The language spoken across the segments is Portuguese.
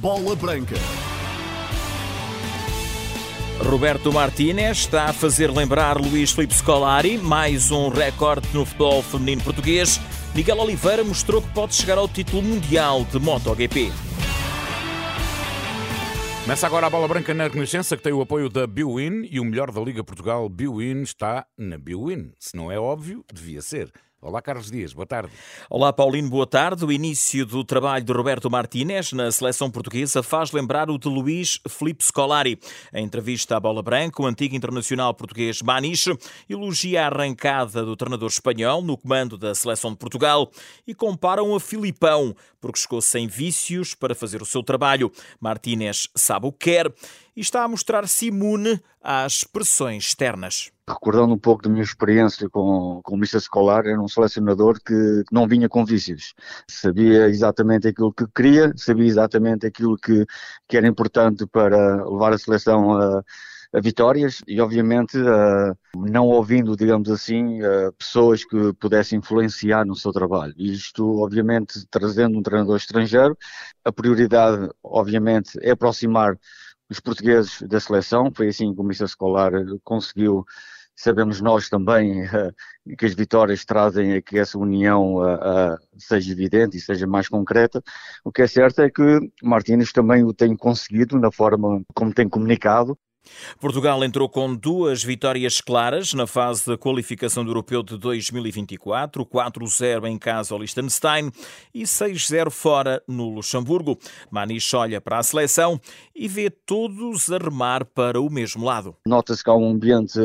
Bola Branca. Roberto Martínez está a fazer lembrar Luís Filipe Scolari, mais um recorde no futebol feminino português. Miguel Oliveira mostrou que pode chegar ao título mundial de MotoGP. Começa agora a Bola Branca na Renascença, que tem o apoio da Bwin, e o melhor da Liga Portugal, Bwin, está na Bwin. Se não é óbvio, devia ser. Olá, Carlos Dias, boa tarde. Olá, Paulino, boa tarde. O início do trabalho de Roberto Martínez na seleção portuguesa faz lembrar o de Luís Filipe Scolari. Em entrevista à Bola Branca, o antigo internacional português Maniche elogia a arrancada do treinador espanhol no comando da seleção de Portugal e comparam a Filipão, porque chegou sem vícios para fazer o seu trabalho. Martínez sabe o que quer e está a mostrar-se imune às pressões externas. Recordando um pouco da minha experiência com o Mr. Scolari, era um selecionador que não vinha com vícios. Sabia exatamente aquilo que queria, sabia exatamente aquilo que era importante para levar a seleção a vitórias e, obviamente, não ouvindo, digamos assim, pessoas que pudessem influenciar no seu trabalho. Isto, obviamente, trazendo um treinador estrangeiro, a prioridade, obviamente, é aproximar os portugueses da seleção. Foi assim que o Mr. Scolari conseguiu. Sabemos nós também que as vitórias trazem a que essa união seja evidente e seja mais concreta. O que é certo é que Martínez também o tem conseguido na forma como tem comunicado. Portugal entrou com 2 vitórias claras na fase de qualificação do Europeu de 2024, 4-0 em casa ao Liechtenstein e 6-0 fora no Luxemburgo. Maniche olha para a seleção e vê todos a remar para o mesmo lado. Nota-se que há um ambiente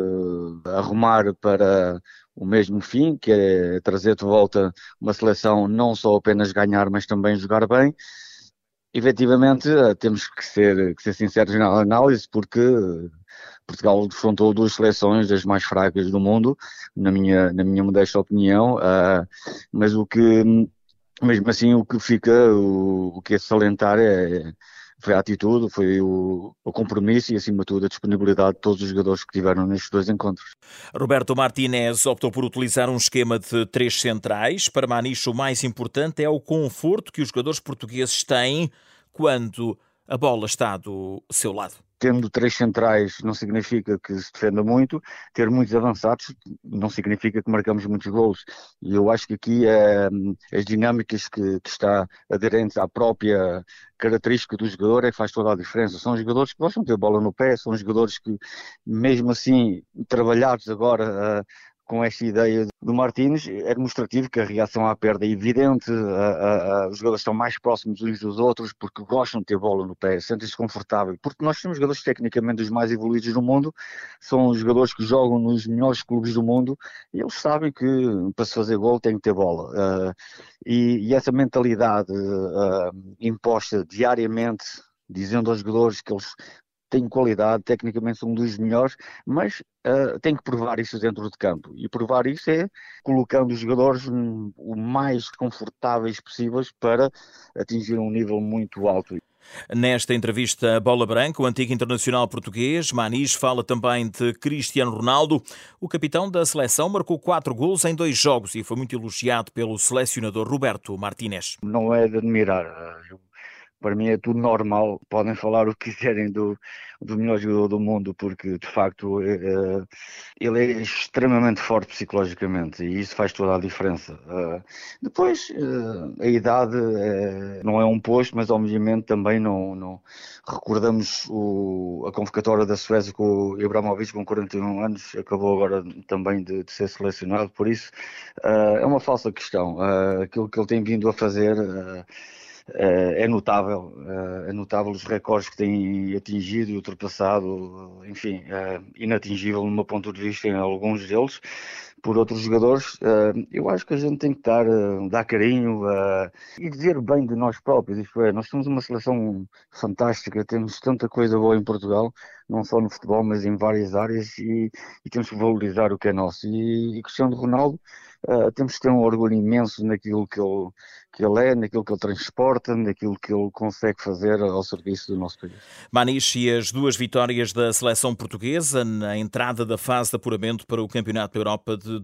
a remar para o mesmo fim, que é trazer de volta uma seleção não só apenas ganhar, mas também jogar bem. Efetivamente, temos que ser sinceros na análise, porque Portugal defrontou 2 seleções das mais fracas do mundo, na minha modesta opinião, mas mesmo assim, o que fica, o que é salientar foi a atitude, foi o compromisso e, acima de tudo, a disponibilidade de todos os jogadores que tiveram nestes 2 encontros. Roberto Martínez optou por utilizar um esquema de 3 centrais. Para Maniche, o mais importante é o conforto que os jogadores portugueses têm quando a bola está do seu lado. Tendo 3 centrais não significa que se defenda muito, ter muitos avançados não significa que marcamos muitos golos. E eu acho que aqui as dinâmicas que está aderentes à própria característica do jogador é que faz toda a diferença. São jogadores que gostam de ter bola no pé, são jogadores que, mesmo assim, trabalhados agora com esta ideia do Martínez, é demonstrativo que a reação à perda é evidente, os jogadores estão mais próximos uns dos outros porque gostam de ter bola no pé, sentem-se confortáveis, porque nós temos jogadores tecnicamente os mais evoluídos do mundo, são jogadores que jogam nos melhores clubes do mundo e eles sabem que para se fazer gol tem que ter bola. E essa mentalidade imposta diariamente, dizendo aos jogadores que eles têm qualidade, tecnicamente são um dos melhores, mas tem que provar isso dentro de campo. E provar isso é colocando os jogadores o mais confortáveis possíveis para atingir um nível muito alto. Nesta entrevista à Bola Branca, o antigo internacional português Maniche fala também de Cristiano Ronaldo. O capitão da seleção marcou 4 golos em 2 jogos e foi muito elogiado pelo selecionador Roberto Martínez. Não é de admirar. Para mim é tudo normal, podem falar o que quiserem do melhor jogador do mundo, porque de facto ele é extremamente forte psicologicamente e isso faz toda a diferença. Depois, a idade não é um posto, mas obviamente também não recordamos a convocatória da Suécia com o Ibrahimovic com 41 anos, acabou agora também de ser selecionado, por isso é uma falsa questão. Aquilo que ele tem vindo a fazer é notável os recordes que tem atingido e ultrapassado, enfim, inatingível no meu ponto de vista em alguns deles, por outros jogadores. Eu acho que a gente tem que dar carinho e dizer bem de nós próprios, isto é, nós temos uma seleção fantástica, temos tanta coisa boa em Portugal, não só no futebol, mas em várias áreas e temos que valorizar o que é nosso. E Cristiano Ronaldo temos que ter um orgulho imenso naquilo que ele é, naquilo que ele transporta, naquilo que ele consegue fazer ao serviço do nosso país. Maniche, e as duas vitórias da seleção portuguesa na entrada da fase de apuramento para o Campeonato da Europa de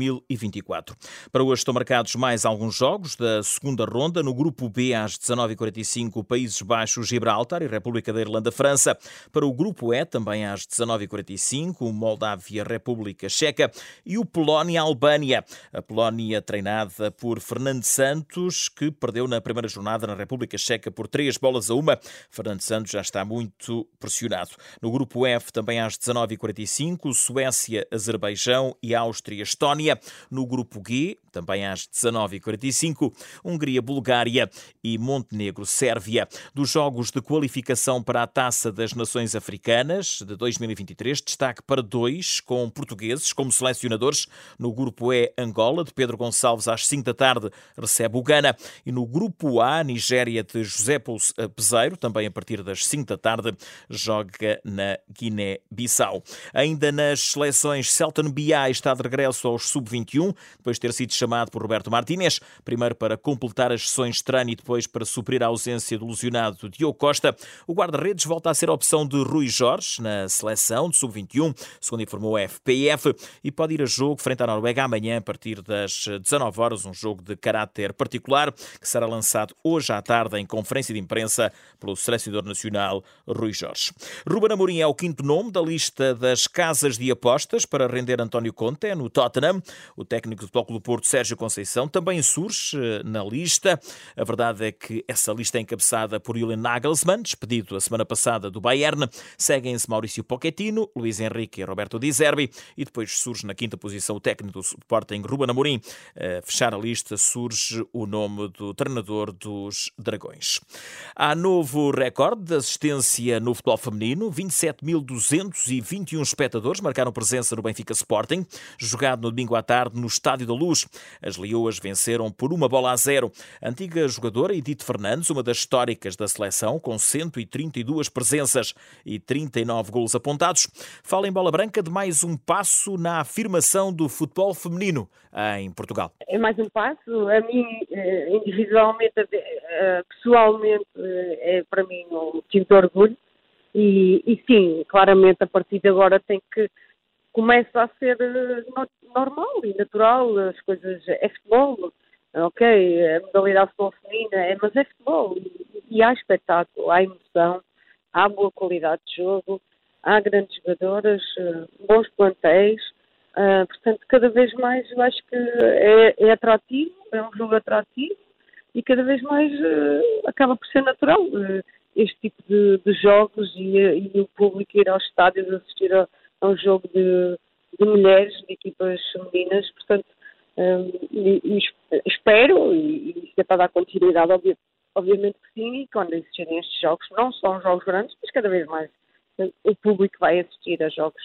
2024. Para hoje estão marcados mais alguns jogos da segunda ronda. No grupo B, às 19h45, Países Baixos, Gibraltar e República da Irlanda-França. Para o grupo E, também às 19h45, Moldávia, República Checa e o Polónia-Albânia. A Polónia treinada por Fernando Santos, que perdeu na primeira jornada na República Checa por 3-1. Fernando Santos já está muito pressionado. No grupo F, também às 19h45, Suécia, Azerbaijão e Áustria-Estónia. No grupo G, também às 19h45, Hungria, Bulgária e Montenegro, Sérvia. Dos jogos de qualificação para a Taça das Nações Africanas de 2023, destaque para 2 com portugueses como selecionadores. No grupo E, Angola, de Pedro Gonçalves, às 5 da tarde, recebe o Gana. E no grupo A, Nigéria, de José Peseiro, também a partir das 5 da tarde, joga na Guiné-Bissau. Ainda nas seleções, Celton Bia está de regresso aos sub-21, depois de ter sido chamado por Roberto Martínez, primeiro para completar as sessões de treino e depois para suprir a ausência do lesionado Diogo Costa. O guarda-redes volta a ser a opção de Rui Jorge na seleção de sub-21, segundo informou a FPF, e pode ir a jogo frente à Noruega amanhã a partir das 19 horas, um jogo de caráter particular que será lançado hoje à tarde em conferência de imprensa pelo selecionador nacional Rui Jorge. Ruben Amorim é o quinto nome da lista das casas de apostas para render António Conte no Tottenham. O técnico do Futebol Clube do Porto, Sérgio Conceição, também surge na lista. A verdade é que essa lista é encabeçada por Julian Nagelsmann, despedido a semana passada do Bayern. Seguem-se Maurício Pochettino, Luís Henrique e Roberto Di Zerbi, e depois surge na quinta posição o técnico do Sporting, Ruben Amorim. A fechar a lista surge o nome do treinador dos Dragões. Há novo recorde de assistência no futebol feminino. 27.221 espectadores marcaram presença no Benfica Sporting, jogado no domingo à tarde no Estádio da Luz. As leoas venceram por 1-0. A antiga jogadora Edith Fernandes, uma das históricas da seleção, com 132 presenças e 39 golos apontados, fala em Bola Branca de mais um passo na afirmação do futebol feminino em Portugal. É mais um passo. A mim, individualmente, pessoalmente, é para mim um motivo de orgulho. E sim, claramente, a partir de agora começa a ser normal e natural. As coisas, é futebol, ok, a modalidade de futebol feminina, mas é futebol. E há espetáculo, há emoção, há boa qualidade de jogo, há grandes jogadoras, bons plantéis. Portanto, cada vez mais eu acho que é atrativo, é um jogo atrativo e cada vez mais acaba por ser natural este tipo de jogos e o público ir aos estádios assistir a um jogo de mulheres, de equipas femininas. Portanto, espero, e é para dar continuidade, obviamente que sim, e quando existirem estes jogos, não são jogos grandes, mas cada vez mais o público vai assistir a jogos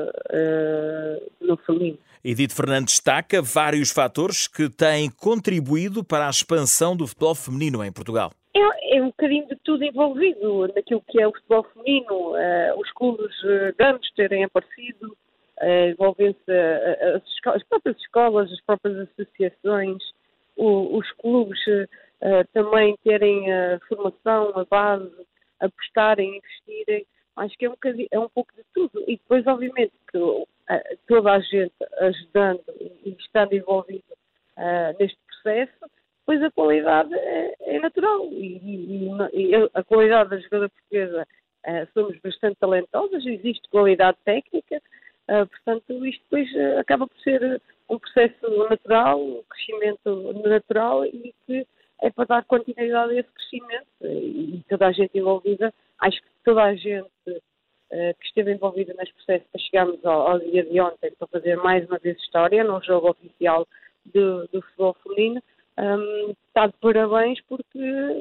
no feminino. Edith Fernandes destaca vários fatores que têm contribuído para a expansão do futebol feminino em Portugal. É um bocadinho de tudo envolvido naquilo que é o futebol feminino, os clubes grandes terem aparecido, envolvendo-se as próprias escolas, as próprias associações, os clubes também terem a formação, a base, apostarem, investirem. Acho que é um pouco de tudo. E depois, obviamente, que toda a gente ajudando e estando envolvido neste processo, depois a qualidade é natural. E a qualidade da jogadora portuguesa, somos bastante talentosas, existe qualidade técnica, portanto, isto depois acaba por ser um processo natural, um crescimento natural e que é para dar continuidade a esse crescimento. E toda a gente envolvida, acho que toda a gente que esteve envolvida neste processo para chegarmos ao dia de ontem para fazer mais uma vez história num jogo oficial do futebol feminino, está de parabéns porque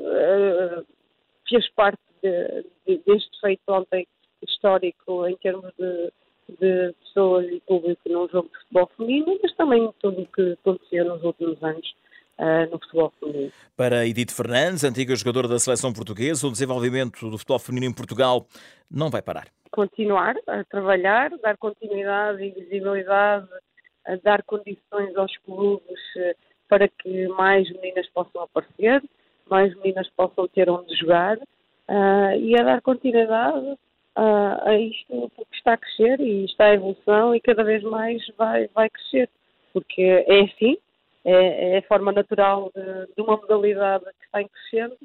fez parte deste feito ontem histórico em termos de pessoas e público num jogo de futebol feminino, mas também tudo o que aconteceu nos últimos anos no futebol feminino. Para Edith Fernandes, antiga jogadora da seleção portuguesa, o desenvolvimento do futebol feminino em Portugal não vai parar. Continuar a trabalhar, dar continuidade e visibilidade a dar condições aos clubes para que mais meninas possam aparecer, mais meninas possam ter onde jogar e a dar continuidade a isto, porque está a crescer e está a evolução e cada vez mais vai crescer, porque é assim, é a forma natural de uma modalidade que está em crescendo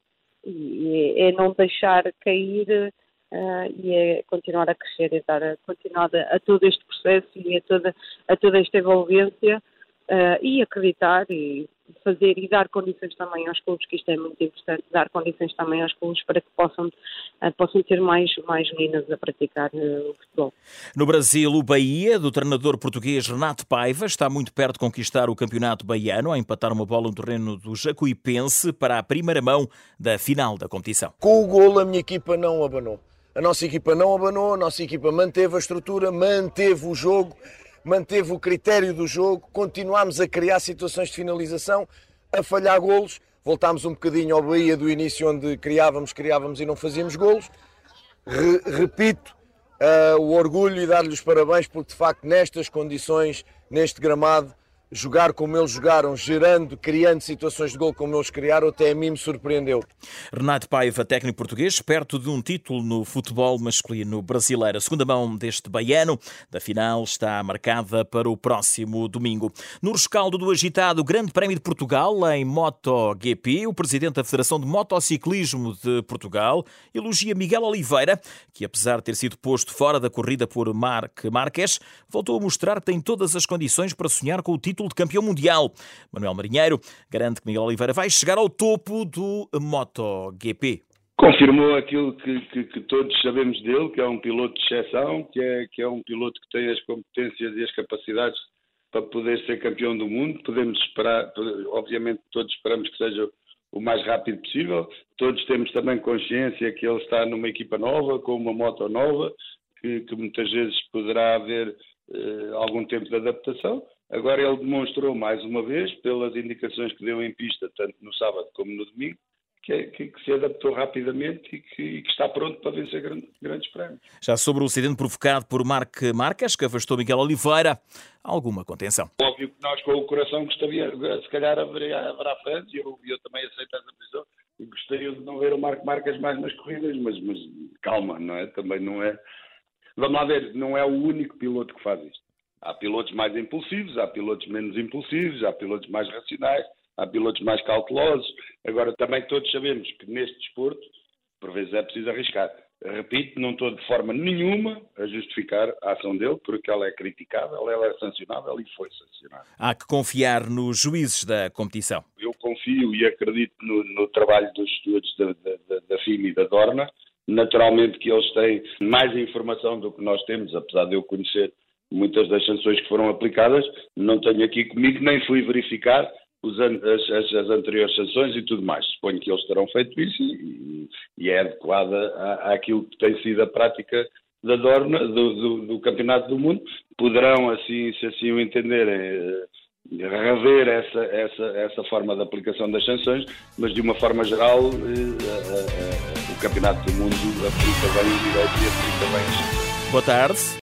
e é não deixar cair e é continuar a crescer e dar continuidade a todo este processo e a toda esta envolvência e acreditar e fazer e dar condições também aos clubes, que isto é muito importante, dar condições também aos clubes para que possam ter mais meninas a praticar o futebol. No Brasil, o Bahia, do treinador português Renato Paiva, está muito perto de conquistar o campeonato baiano, a empatar uma bola no terreno do Jacuipense para a primeira mão da final da competição. Com o golo, a minha equipa não abanou. A nossa equipa não abanou, a nossa equipa manteve a estrutura, manteve o jogo, manteve o critério do jogo, continuámos a criar situações de finalização, a falhar golos, voltámos um bocadinho ao Bahia do início onde criávamos e não fazíamos golos. Repito, o orgulho e dar-lhe os parabéns porque de facto nestas condições, neste gramado, jogar como eles jogaram, criando situações de gol como eles criaram, até a mim me surpreendeu. Renato Paiva, técnico português, perto de um título no futebol masculino brasileiro. A segunda mão deste baiano da final está marcada para o próximo domingo. No rescaldo do agitado Grande Prémio de Portugal em MotoGP, o presidente da Federação de Motociclismo de Portugal elogia Miguel Oliveira, que apesar de ter sido posto fora da corrida por Marc Márquez, voltou a mostrar que tem todas as condições para sonhar com o título de campeão mundial. Manuel Marinheiro garante que Miguel Oliveira vai chegar ao topo do MotoGP. Confirmou aquilo que todos sabemos dele, que é um piloto de exceção, que é um piloto que tem as competências e as capacidades para poder ser campeão do mundo. Podemos esperar, obviamente todos esperamos que seja o mais rápido possível. Todos temos também consciência que ele está numa equipa nova, com uma moto nova, que muitas vezes poderá haver algum tempo de adaptação. Agora ele demonstrou mais uma vez, pelas indicações que deu em pista, tanto no sábado como no domingo, que se adaptou rapidamente e que está pronto para vencer grandes prémios. Já sobre o acidente provocado por Marc Márquez, que afastou Miguel Oliveira, alguma contenção. Óbvio que nós com o coração gostaria, se calhar haverá fãs, e eu também aceito essa posição, e gostaria de não ver o Marc Márquez mais nas corridas, mas calma, não é? Também não é. Vamos lá ver, não é o único piloto que faz isto. Há pilotos mais impulsivos, há pilotos menos impulsivos, há pilotos mais racionais, há pilotos mais cautelosos. Agora, também todos sabemos que neste desporto, por vezes é preciso arriscar. Repito, não estou de forma nenhuma a justificar a ação dele, porque ela é criticável, ela é sancionável e foi sancionada. Há que confiar nos juízes da competição. Eu confio e acredito no trabalho dos estudos da FIM e da Dorna. Naturalmente que eles têm mais informação do que nós temos, apesar de eu conhecer muitas das sanções que foram aplicadas, não tenho aqui comigo, nem fui verificar as anteriores sanções e tudo mais. Suponho que eles terão feito isso e é adequada àquilo que tem sido a prática da Dorna, do Campeonato do Mundo. Poderão, assim, se assim o entenderem, rever essa forma de aplicação das sanções, mas de uma forma geral o Campeonato do Mundo aplica bem o direito e aplica bem. Boa tarde.